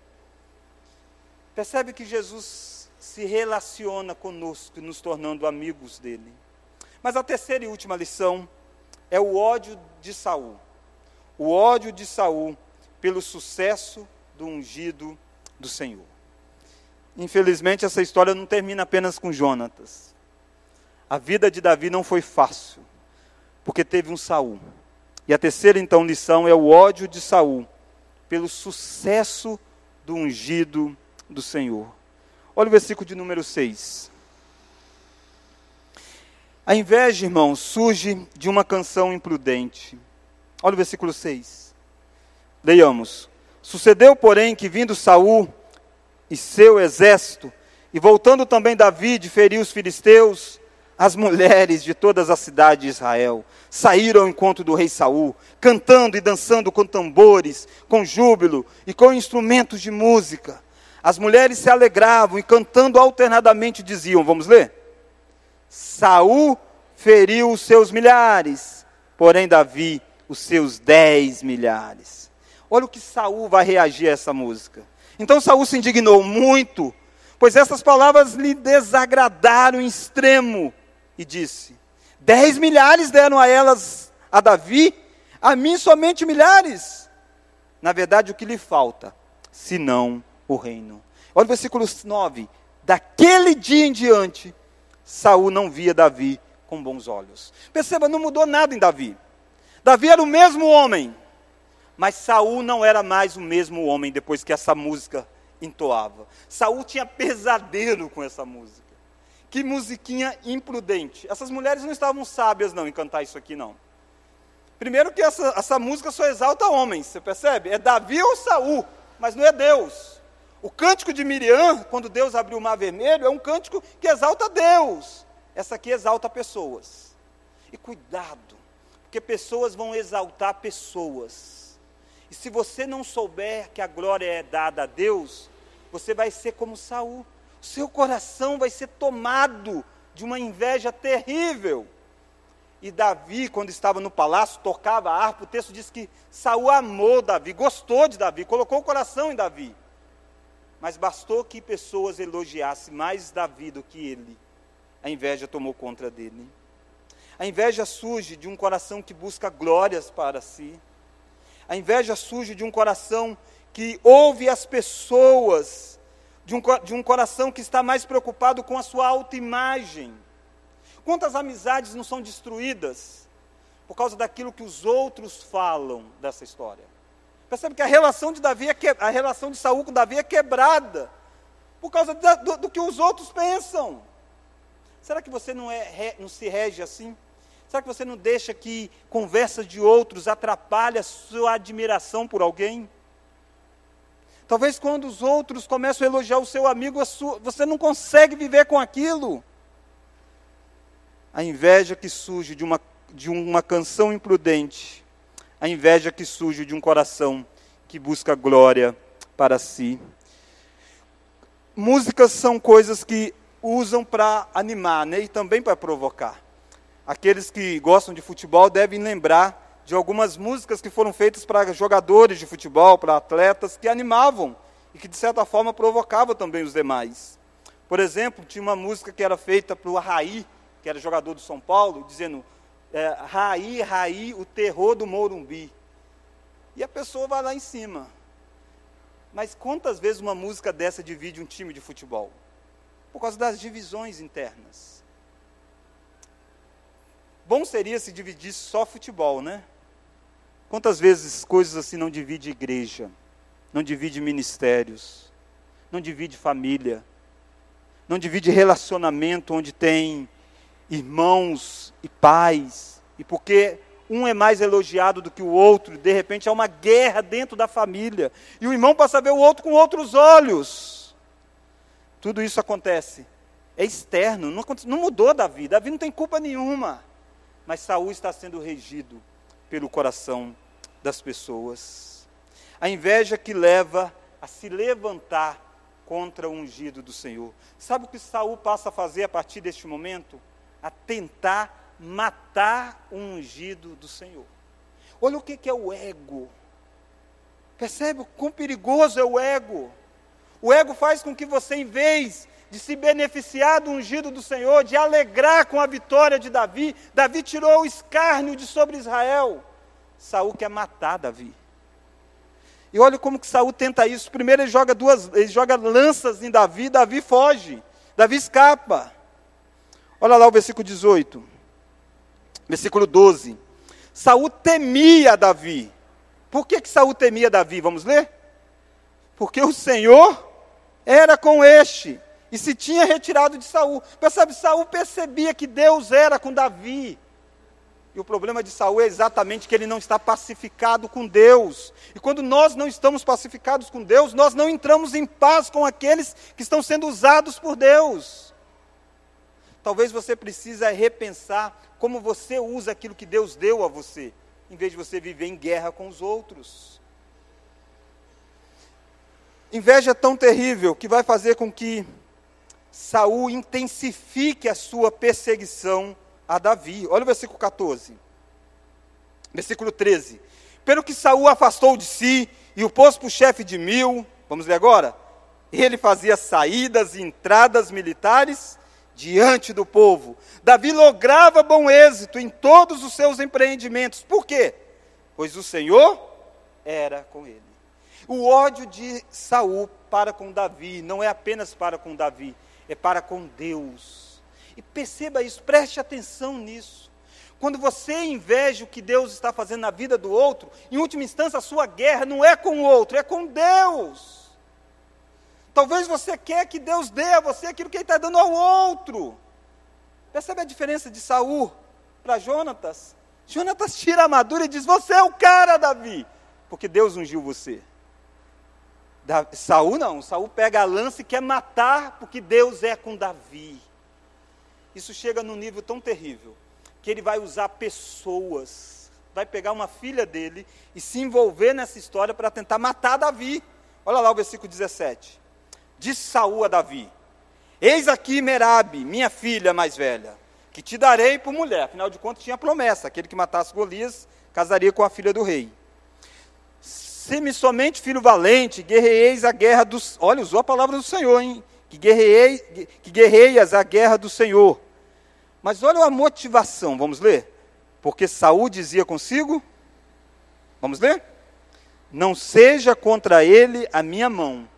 Percebe que Jesus se relaciona conosco, nos tornando amigos dele. Mas a terceira e última lição é o ódio de Saul. O ódio de Saul pelo sucesso do ungido do Senhor. Infelizmente, essa história não termina apenas com Jonatas. A vida de Davi não foi fácil, porque teve um Saul. E a terceira, então, lição é o ódio de Saul pelo sucesso do ungido do Senhor. Olha o versículo de número 6. A inveja, irmãos, surge de uma canção imprudente. Olha o versículo 6. Leiamos. Sucedeu, porém, que vindo Saul e seu exército, e voltando também Davi de ferir os filisteus, as mulheres de todas as cidades de Israel saíram ao encontro do rei Saul, cantando e dançando com tambores, com júbilo e com instrumentos de música. As mulheres se alegravam e cantando alternadamente diziam, vamos ler? Saul feriu os seus milhares, porém Davi os seus 10 milhares. Olha o que Saul vai reagir a essa música. Então Saul se indignou muito, pois essas palavras lhe desagradaram em extremo, e disse, 10 milhares deram a Davi, a mim somente milhares. Na verdade, o que lhe falta, senão o reino. Olha o versículo 9. Daquele dia em diante, Saul não via Davi com bons olhos. Perceba, não mudou nada em Davi. Davi era o mesmo homem, mas Saul não era mais o mesmo homem depois que essa música entoava. Saul tinha pesadelo com essa música. Que musiquinha imprudente. Essas mulheres não estavam sábias não em cantar isso aqui não. Primeiro que essa música só exalta homens, você percebe? É Davi ou Saul, mas não é Deus. O cântico de Miriam, quando Deus abriu o mar vermelho, é um cântico que exalta Deus. Essa aqui exalta pessoas. E cuidado, porque pessoas vão exaltar pessoas. E se você não souber que a glória é dada a Deus, você vai ser como Saul. O seu coração vai ser tomado de uma inveja terrível. E Davi, quando estava no palácio, tocava a harpa. O texto diz que Saul amou Davi, gostou de Davi, colocou o coração em Davi. Mas bastou que pessoas elogiassem mais Davi do que ele. A inveja tomou conta dele. A inveja surge de um coração que busca glórias para si. A inveja surge de um coração que ouve as pessoas de um coração que está mais preocupado com a sua autoimagem. Quantas amizades não são destruídas por causa daquilo que os outros falam dessa história? Percebe que a relação de Saul com Davi é quebrada por causa do que os outros pensam. Será que você não se rege assim? Será que você não deixa que conversas de outros atrapalhem a sua admiração por alguém? Talvez quando os outros começam a elogiar o seu amigo, você não consegue viver com aquilo. A inveja que surge de uma canção imprudente, a inveja que surge de um coração que busca glória para si. Músicas são coisas que usam para animar, né? E também para provocar. Aqueles que gostam de futebol devem lembrar de algumas músicas que foram feitas para jogadores de futebol, para atletas, que animavam e que, de certa forma, provocavam também os demais. Por exemplo, tinha uma música que era feita para o Raí, que era jogador do São Paulo, dizendo, Raí, Raí, o terror do Morumbi. E a pessoa vai lá em cima. Mas quantas vezes uma música dessa divide um time de futebol? Por causa das divisões internas. Bom seria se dividisse só futebol, né? Quantas vezes coisas assim não dividem igreja, não dividem ministérios, não dividem família, não dividem relacionamento onde tem irmãos e pais, e porque um é mais elogiado do que o outro, de repente há uma guerra dentro da família, e o irmão passa a ver o outro com outros olhos. Tudo isso acontece, é externo, não mudou Davi não tem culpa nenhuma, mas Saul está sendo regido pelo coração das pessoas. A inveja que leva a se levantar contra o ungido do Senhor. Sabe o que Saul passa a fazer a partir deste momento? A tentar matar o ungido do Senhor. Olha o que é o ego. Percebe o quão perigoso é o ego? O ego faz com que você, em vez de se beneficiar do ungido do Senhor, de alegrar com a vitória de Davi, Davi tirou o escárnio de sobre Israel. Saul quer matar Davi. E olha como que Saul tenta isso. Primeiro ele joga lanças em Davi, Davi foge, Davi escapa. Olha lá o versículo 18, versículo 12. Saul temia Davi. Por que Saul temia Davi? Vamos ler? Porque o Senhor era com este, e se tinha retirado de Saul. Percebe, Saul percebia que Deus era com Davi. E o problema de Saul é exatamente que ele não está pacificado com Deus. E quando nós não estamos pacificados com Deus, nós não entramos em paz com aqueles que estão sendo usados por Deus. Talvez você precise repensar como você usa aquilo que Deus deu a você, em vez de você viver em guerra com os outros. Inveja é tão terrível que vai fazer com que Saul intensifique a sua perseguição a Davi. Olha o versículo 14. Versículo 13. Pelo que Saul afastou de si e o pôs por chefe de 1000. Vamos ler agora? Ele fazia saídas e entradas militares diante do povo. Davi lograva bom êxito em todos os seus empreendimentos. Por quê? Pois o Senhor era com ele. O ódio de Saul para com Davi não é apenas para com Davi, é para com Deus. E perceba isso, preste atenção nisso. Quando você inveja o que Deus está fazendo na vida do outro, em última instância a sua guerra não é com o outro, é com Deus. Talvez você quer que Deus dê a você aquilo que Ele está dando ao outro. Percebe a diferença de Saul para Jonatas? Jonatas tira a armadura e diz, você é o cara, Davi, porque Deus ungiu você. Saul não, Saul pega a lança e quer matar, porque Deus é com Davi. Isso chega num nível tão terrível, que ele vai usar pessoas, vai pegar uma filha dele e se envolver nessa história para tentar matar Davi. Olha lá o versículo 17. Disse Saul a Davi, eis aqui Merabe, minha filha mais velha, que te darei por mulher. Afinal de contas tinha promessa, aquele que matasse Golias casaria com a filha do rei. Se-me somente filho valente, guerreeis a guerra dos... Olha, usou a palavra do Senhor, hein? Que guerreias a guerra do Senhor. Mas olha a motivação, vamos ler? Porque Saul dizia consigo, vamos ler? Não seja contra ele a minha mão,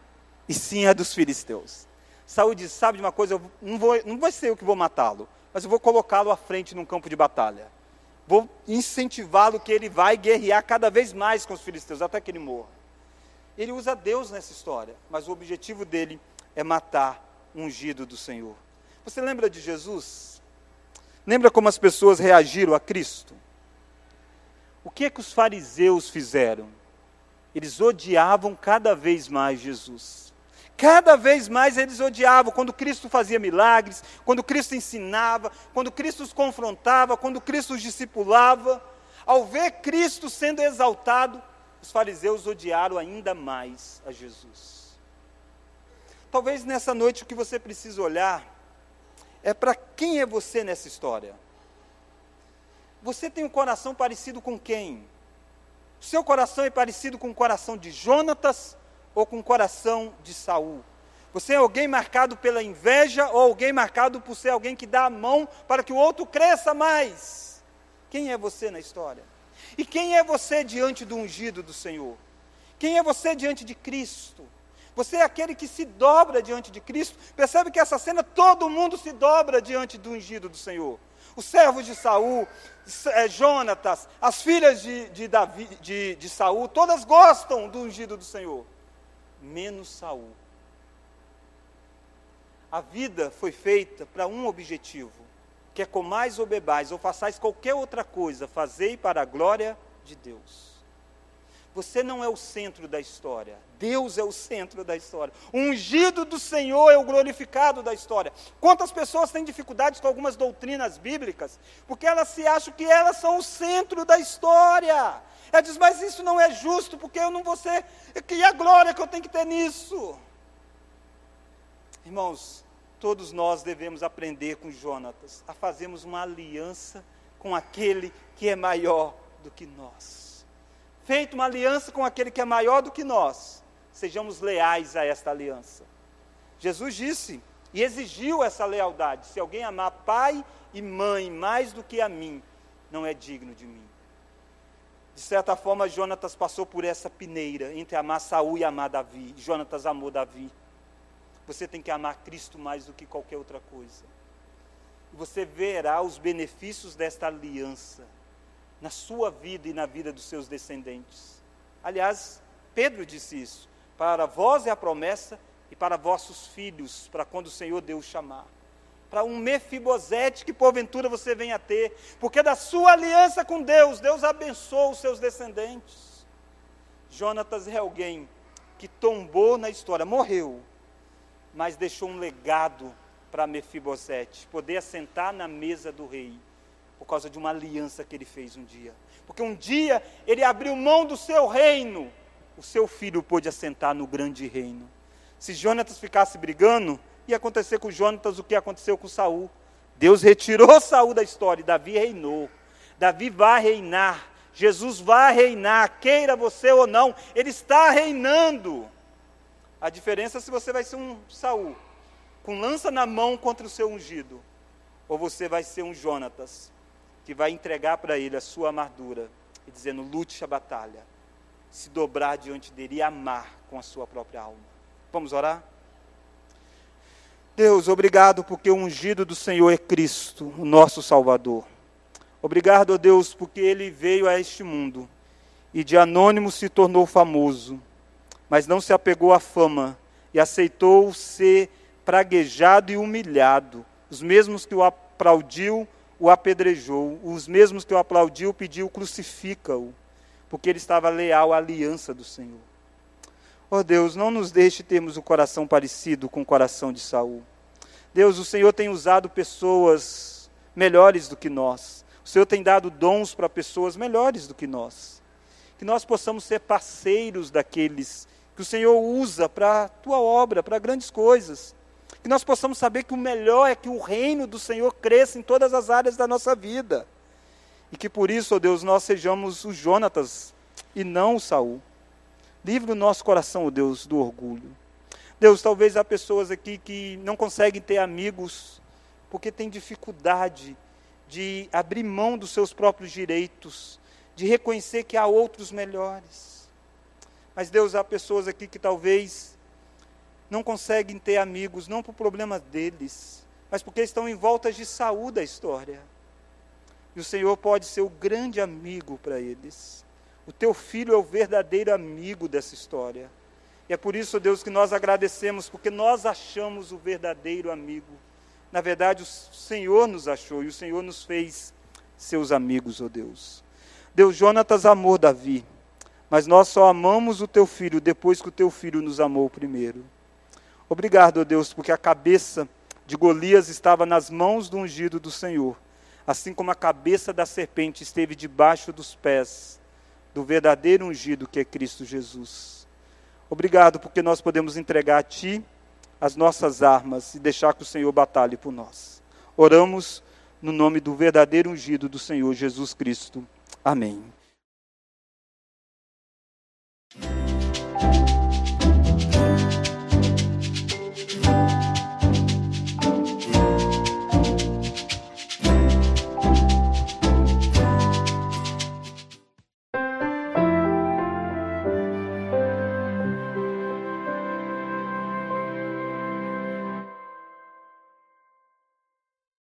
e sim a dos filisteus. Saul diz, sabe de uma coisa, não vai ser eu que vou matá-lo, mas eu vou colocá-lo à frente num campo de batalha. Vou incentivá-lo que ele vai guerrear cada vez mais com os filisteus, até que ele morra. Ele usa Deus nessa história, mas o objetivo dele é matar o ungido do Senhor. Você lembra de Jesus? Lembra como as pessoas reagiram a Cristo? O que é que os fariseus fizeram? Eles odiavam cada vez mais Jesus. Cada vez mais eles odiavam, quando Cristo fazia milagres, quando Cristo ensinava, quando Cristo os confrontava, quando Cristo os discipulava. Ao ver Cristo sendo exaltado, os fariseus odiaram ainda mais a Jesus. Talvez nessa noite o que você precisa olhar é para quem é você nessa história. Você tem um coração parecido com quem? O seu coração é parecido com o coração de Jonatas ou com o coração de Saul? Você é alguém marcado pela inveja ou alguém marcado por ser alguém que dá a mão para que o outro cresça mais? Quem é você na história? E quem é você diante do ungido do Senhor? Quem é você diante de Cristo? Você é aquele que se dobra diante de Cristo? Percebe que essa cena, todo mundo se dobra diante do ungido do Senhor. Os servos de Saul, Jonatas, as filhas de Saul, todas gostam do ungido do Senhor, menos Saul. A vida foi feita para um objetivo, que é comais ou bebais, ou façais qualquer outra coisa, fazei para a glória de Deus. Você não é o centro da história, Deus é o centro da história. O ungido do Senhor é o glorificado da história. Quantas pessoas têm dificuldades com algumas doutrinas bíblicas, porque elas se acham que elas são o centro da história. Ela diz, mas isso não é justo, porque eu não vou ser, e a glória que eu tenho que ter nisso? Irmãos, todos nós devemos aprender com Jonatas, a fazermos uma aliança com aquele que é maior do que nós. Feito uma aliança com aquele que é maior do que nós, sejamos leais a esta aliança. Jesus disse e exigiu essa lealdade: se alguém amar pai e mãe mais do que a mim, não é digno de mim. De certa forma, Jonatas passou por essa peneira entre amar Saul e amar Davi. Jonatas amou Davi. Você tem que amar Cristo mais do que qualquer outra coisa. E você verá os benefícios desta aliança na sua vida e na vida dos seus descendentes. Aliás, Pedro disse isso: para vós é a promessa e para vossos filhos, para quando o Senhor Deus chamar. Para um Mefibosete que porventura você venha a ter, porque da sua aliança com Deus, Deus abençoa os seus descendentes. Jonatas é alguém que tombou na história, morreu, mas deixou um legado para Mefibosete, poder assentar na mesa do rei, por causa de uma aliança que ele fez um dia. Porque um dia ele abriu mão do seu reino, o seu filho pôde assentar no grande reino. Se Jonatas ficasse brigando, ia acontecer com Jonatas o que aconteceu com Saul. Deus retirou Saul da história e Davi reinou. Davi vai reinar, Jesus vai reinar, queira você ou não, ele está reinando. A diferença é se você vai ser um Saul, com lança na mão contra o seu ungido, ou você vai ser um Jonatas, que vai entregar para ele a sua armadura, e dizendo, lute a batalha, se dobrar diante dele e amar com a sua própria alma. Vamos orar? Deus, obrigado porque o ungido do Senhor é Cristo, o nosso Salvador. Obrigado, ó Deus, porque ele veio a este mundo, e de anônimo se tornou famoso, mas não se apegou à fama, e aceitou ser praguejado e humilhado. Os mesmos que o aplaudiu, o apedrejou, os mesmos que o aplaudiu, pediu, crucifica-o, porque ele estava leal à aliança do Senhor. Ó Deus, não nos deixe termos o coração parecido com o coração de Saul. Deus, o Senhor tem usado pessoas melhores do que nós. O Senhor tem dado dons para pessoas melhores do que nós. Que nós possamos ser parceiros daqueles que o Senhor usa para a tua obra, para grandes coisas. Que nós possamos saber que o melhor é que o reino do Senhor cresça em todas as áreas da nossa vida. E que por isso, ó Deus, nós sejamos os Jonatas e não o Saul. Livre o nosso coração, ó Deus, do orgulho. Deus, talvez há pessoas aqui que não conseguem ter amigos porque têm dificuldade de abrir mão dos seus próprios direitos, de reconhecer que há outros melhores. Mas Deus, há pessoas aqui que talvez não conseguem ter amigos, não por problema deles, mas porque estão em volta de Saul da história. E o Senhor pode ser o grande amigo para eles. O teu filho é o verdadeiro amigo dessa história. E é por isso, Deus, que nós agradecemos, porque nós achamos o verdadeiro amigo. Na verdade, o Senhor nos achou e o Senhor nos fez seus amigos, ó Deus. Deus, Jonatas amou Davi, mas nós só amamos o teu filho depois que o teu filho nos amou primeiro. Obrigado, ó Deus, porque a cabeça de Golias estava nas mãos do ungido do Senhor, assim como a cabeça da serpente esteve debaixo dos pés do verdadeiro ungido que é Cristo Jesus. Obrigado porque nós podemos entregar a Ti as nossas armas e deixar que o Senhor batalhe por nós. Oramos no nome do verdadeiro ungido do Senhor Jesus Cristo. Amém.